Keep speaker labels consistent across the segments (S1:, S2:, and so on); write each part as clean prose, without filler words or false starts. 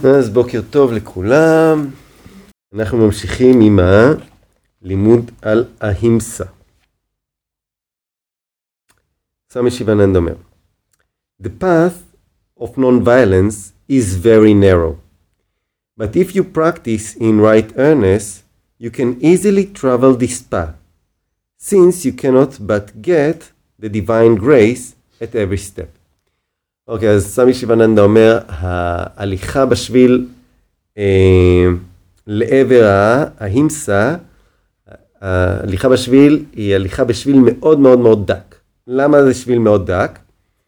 S1: אז בוקר טוב לכולם. אנחנו ממשיכים עם הלימוד על ההימסה. סמי שיבננדה אומר, The path of non-violence is very narrow. But if you practice in right earnest, you can easily travel this path, since you cannot but get the divine grace at every step. אוקיי, אז סמי שיבננדה אומר, ההליכה בשביל לעבר ההימסה, ההליכה בשביל היא הליכה בשביל מאוד מאוד מאוד דק. למה זה שביל מאוד דק?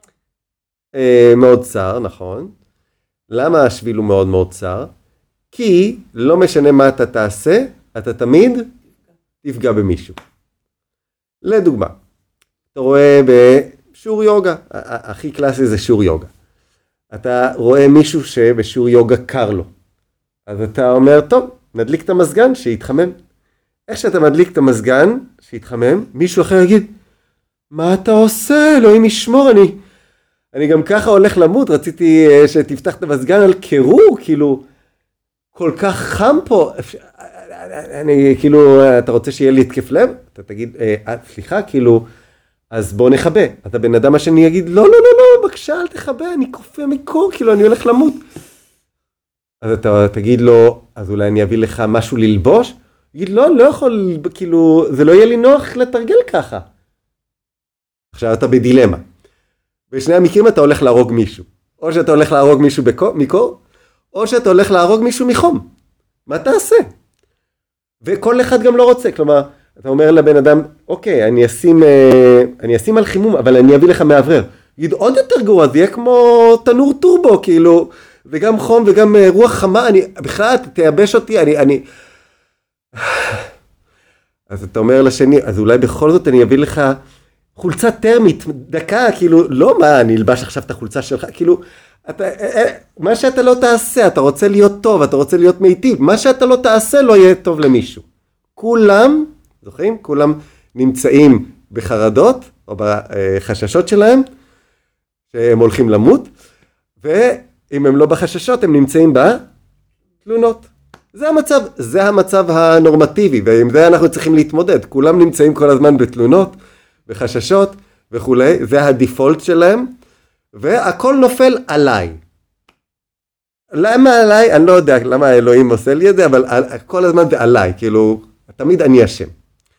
S1: מאוד צר, נכון. למה השביל הוא מאוד מאוד צר? כי לא משנה מה אתה תעשה, אתה תמיד תפגע במישהו. לדוגמה, אתה רואה בשיעור יוגה, הכי קלאסי זה שיעור יוגה. אתה רואה מישהו שבשיעור יוגה קר לו. אז אתה אומר, טוב, נדליק את המזגן שיתחמם. איך שאתה מדליק את המזגן שיתחמם, מישהו אחר יגיד, מה אתה עושה? אלוהים ישמור, אני גם ככה הולך למות, רציתי שתפתח את המזגן על קירור, כאילו, כל כך חם פה, כאילו, אתה רוצה שיהיה לי התקף לב? אתה תגיד, סליחה, כאילו, אז בוא נחבא. אתה בן אדם השני יגיד, לא, בבקשה, אל תחבא, אני קופא מקור, כאילו, אני הולך למות. אז אתה תגיד לו, אז אולי אני אביא לך משהו ללבוש? יגיד, לא יכול, כאילו, זה לא יהיה לי נוח לתרגל ככה. עכשיו אתה בדילמה. בשני המקרים אתה הולך להרוג מישהו. או שאתה הולך להרוג מישהו מקור, או שאתה הולך להרוג מישהו מחום. מה תעשה? וכל אחד גם לא רוצה. כלומר, אתה אומר לבן אדם, אוקיי, אני אשים על חימום, אבל אני אביא לך מאוורר. יגיד, עוד יותר גרוע, זה יהיה כמו תנור טורבו, כאילו, וגם חום וגם רוח חמה, בכלל תייבש אותי, אז אתה אומר לשני, אז אולי בכל זאת אני אביא לך חולצה טרמית, דקה, כאילו, לא מה, אני אלבש עכשיו את החולצה שלך, כאילו, מה שאתה לא תעשה, אתה רוצה להיות טוב, אתה רוצה להיות מיטיב, מה שאתה לא תעשה לא יהיה טוב למישהו. כולם, זוכרים? כולם נמצאים בחרדות, או בחששות שלהם, שהם הולכים למות, ואם הם לא בחששות, הם נמצאים בתלונות. זה המצב הנורמטיבי, ועם זה אנחנו צריכים להתמודד. כולם נמצאים כל הזמן בתלונות, בחששות וכולי, זה הדיפולט שלהם, והכל נופל עליי. למה עליי? אני לא יודע למה האלוהים עושה לי את זה, אבל כל הזמן זה עליי, כאילו, תמיד אני אשם.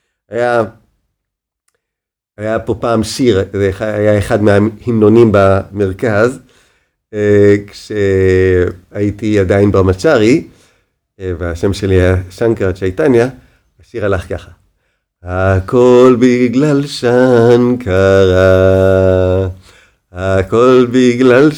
S1: היה פה פעם שיר, זה היה אחד מההמנונים במרכז, כשהייתי עדיין ברמצ'רי, והשם שלי היה שנקר צ'ייטניה, השיר הלך ככה. הכל בגלל שנקרה, הכל בגלל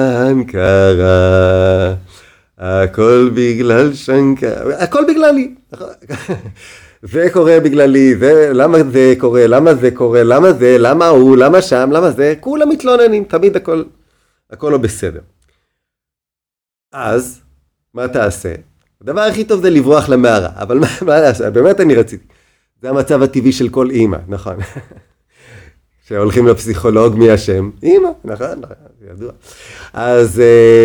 S1: שנקרה, הכל בגלל שנקרה, הכל בגללי. זה קורה בגללי, למה זה קורה, למה זה קורה, למה זה, למה הוא, למה שם, למה זה, כולם מתלוננים, תמיד הכל לא בסדר. אז, מה תעשה? הדבר הכי טוב זה לברוח למערה, אבל מה לעשות? באמת אני רציתי. זה המצב הטבעי של כל אימא, נכון. שהולכים לפסיכולוג מי השם? אימא, נכון, זה ידוע. אז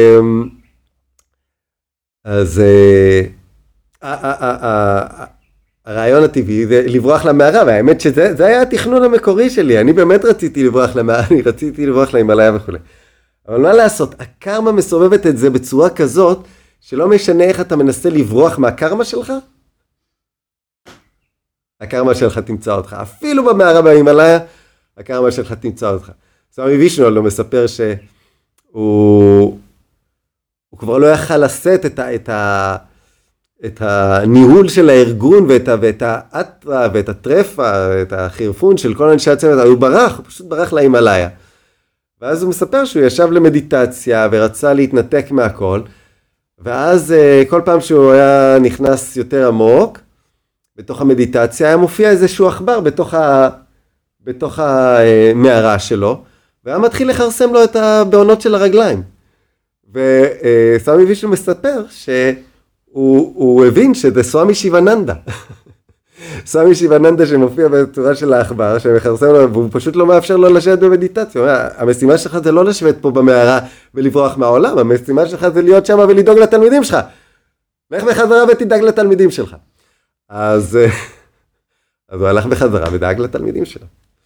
S1: הרעיון הטבעי זה לברוח למערה, והאמת שזה היה התכנון המקורי שלי, אני באמת רציתי לברוח למערה, אני רציתי לברוח להימלאיה וכו'. אבל מה לעשות? הקרמה מסובבת את זה בצורה כזאת, שלא משנה איך אתה מנסה לברוח מהקרמה שלך, הקרמה שלך תמצא אותך. אפילו במערה בהימלאיה, הקרמה שלך תמצא אותך. סמי וישנו לא מספר שהוא כבר לא יכל לשאת את הניהול של הארגון ואת האטרה ואת הטרפה, ואת החירפון של כל אנשי הצוות. הוא פשוט ברח להימלאיה. ואז הוא מספר שהוא ישב למדיטציה ורצה להתנתק מהכל, ואז כל פעם שהוא היה נכנס יותר עמוק, בתוך המדיטציה היה מופיע איזשהו עכבר בתוך המערה שלו, והיה מתחיל לחרסם לו את הבעונות של הרגליים. וסמי וישנו מספר שהוא הבין שזה סמי שיבננדה. סמי שיבננדה שמופיע בצורה של העכבר, שמחרסם לו, והוא פשוט לא מאפשר לו לשבת במדיטציה. הוא אומר, המשימה שלך זה לא לשבת פה במערה ולברוח מהעולם, המשימה שלך זה להיות שם ולדאוג לתלמידים שלך. לך בחזרה ותדאג לתלמידים שלך. אז הוא הלך בחזרה ודאג לתלמידים שלו.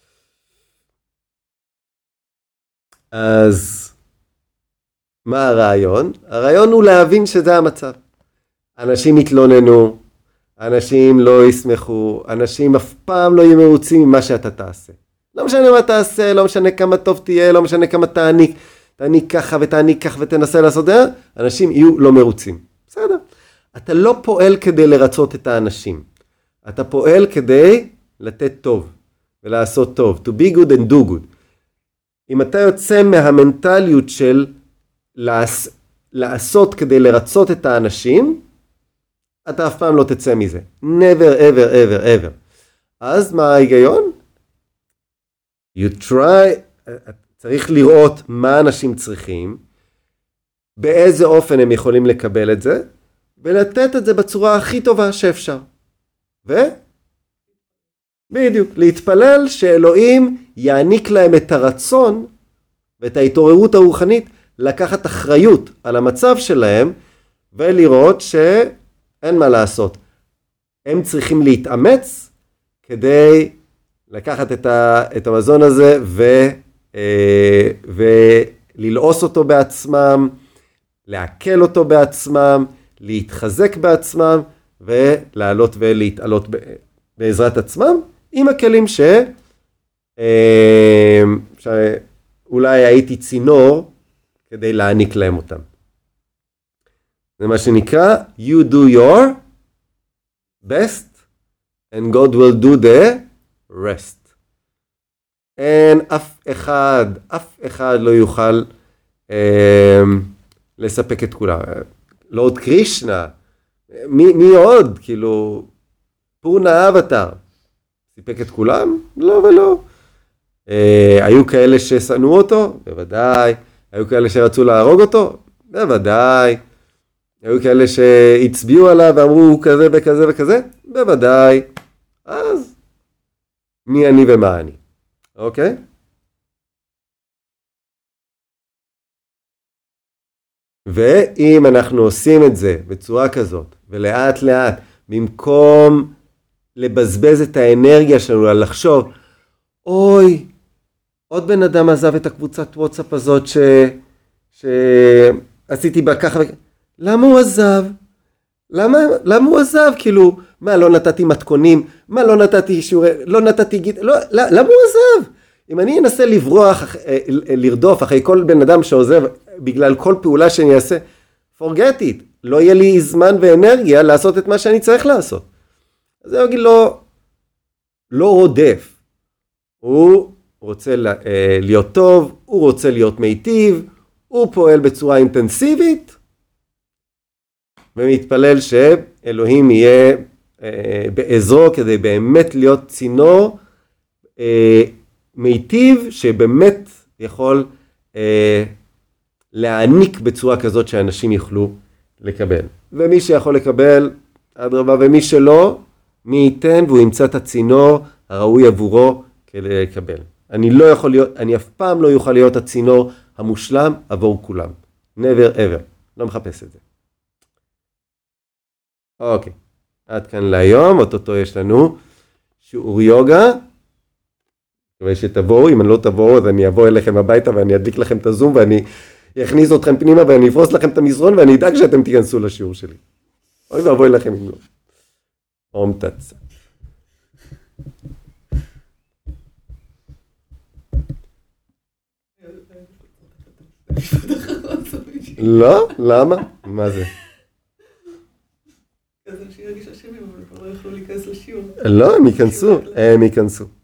S1: אז מה הרעיון? הרעיון הוא להבין שזה המצב. אנשים יתלוננו, אנשים לא ישמחו, אנשים אף פעם לא יהיו מרוצים ממה שאתה תעשה. לא משנה מה תעשה, לא משנה כמה טוב תהיה, לא משנה כמה תעניק ככה ותעניק כך ותנסה לעשות זה, אנשים יהיו לא מרוצים. בסדר. אתה לא פועל כדי לרצות את האנשים. אתה פועל כדי לתת טוב ולעשות טוב. To be good and do good. אם אתה יוצא מהמנטליות של לעשות כדי לרצות את האנשים, אתה אף פעם לא תצא מזה. never, ever, ever, ever. אז מה ההיגיון? You try, צריך לראות מה אנשים צריכים, באיזה אופן הם יכולים לקבל את זה, ולתת את זה בצורה הכי טובה שאפשר. בדיוק, להתפלל שאלוהים יעניק להם את הרצון ואת ההתעוררות הרוחנית לקחת אחריות על המצב שלהם ולראות שאין מה לעשות. הם צריכים להתאמץ כדי לקחת את המזון הזה וללעוס אותו בעצמם, להקל אותו בעצמם, להתחזק בעצמם ולעלות ולהתעלות בעזרת עצמם עם הכלים שאולי הייתי צינור כדי להעניק להם אותם. זה מה שנקרא you do your best and God will do the rest. אין אף אחד לא יוכל לספק את כולם. לורד קרישנה, מי עוד? כאילו פורנה אבטר, סיפק את כולם? לא ולא. היו כאלה ששנאו אותו? בוודאי. היו כאלה שרצו להרוג אותו? בוודאי. היו כאלה שהצביעו עליו ואמרו הוא כזה וכזה וכזה? בוודאי. אז מי אני ומה אני? אוקיי? ואם אנחנו עושים את זה בצורה כזאת, ולאט לאט, במקום לבזבז את האנרגיה שלנו על לחשוב, אוי, עוד בן אדם עזב את הקבוצת וואטסאפ הזאת שעשיתי בה ככה וככה. למה הוא עזב? למה הוא עזב? כאילו, מה, לא נתתי מתכונים? מה, לא נתתי שיעורי? לא נתתי גיד? לא, למה הוא עזב? אם אני אנסה לברוח, לרדוף אחרי כל בן אדם שעוזב בגלל כל פעולה שאני אעשה, forget it. לא יהיה לי זמן ואנרגיה לעשות את מה שאני צריך לעשות. אז זה יגיד לא רודף. הוא רוצה להיות טוב, הוא רוצה להיות מיטיב, הוא פועל בצורה אינטנסיבית, ומתפלל שאלוהים יהיה בעזרו כדי באמת להיות צינור מיטיב, שבאמת יכול להעניק בצורה כזאת שאנשים יוכלו לקבל. ומי שיכול לקבל, אדרבה, ומי שלא, מי ייתן והוא ימצא את הצינור הראוי עבורו כדי לקבל. אני אף פעם לא יוכל להיות הצינור המושלם עבור כולם. never ever. לא מחפש את זה. אוקיי. עד כאן להיום. אותו יש לנו שיעור יוגה. מקווה שתבואו. אם אני לא תבואו, אז אני אבוא אליכם הביתה ואני אדליק לכם את הזום ואני אכניס אתכם פנימה ואני אפרוס לכם את המזרון ואני אדאג שאתם תיכנסו לשיעור שלי. אוי ואבוא אליכם אם לא. אום תצא. לא? למה? מה זה?
S2: אז אנשים ירגיש אשמים, אבל לא יכלו להיכנס לשיעור.
S1: לא, הם ייכנסו.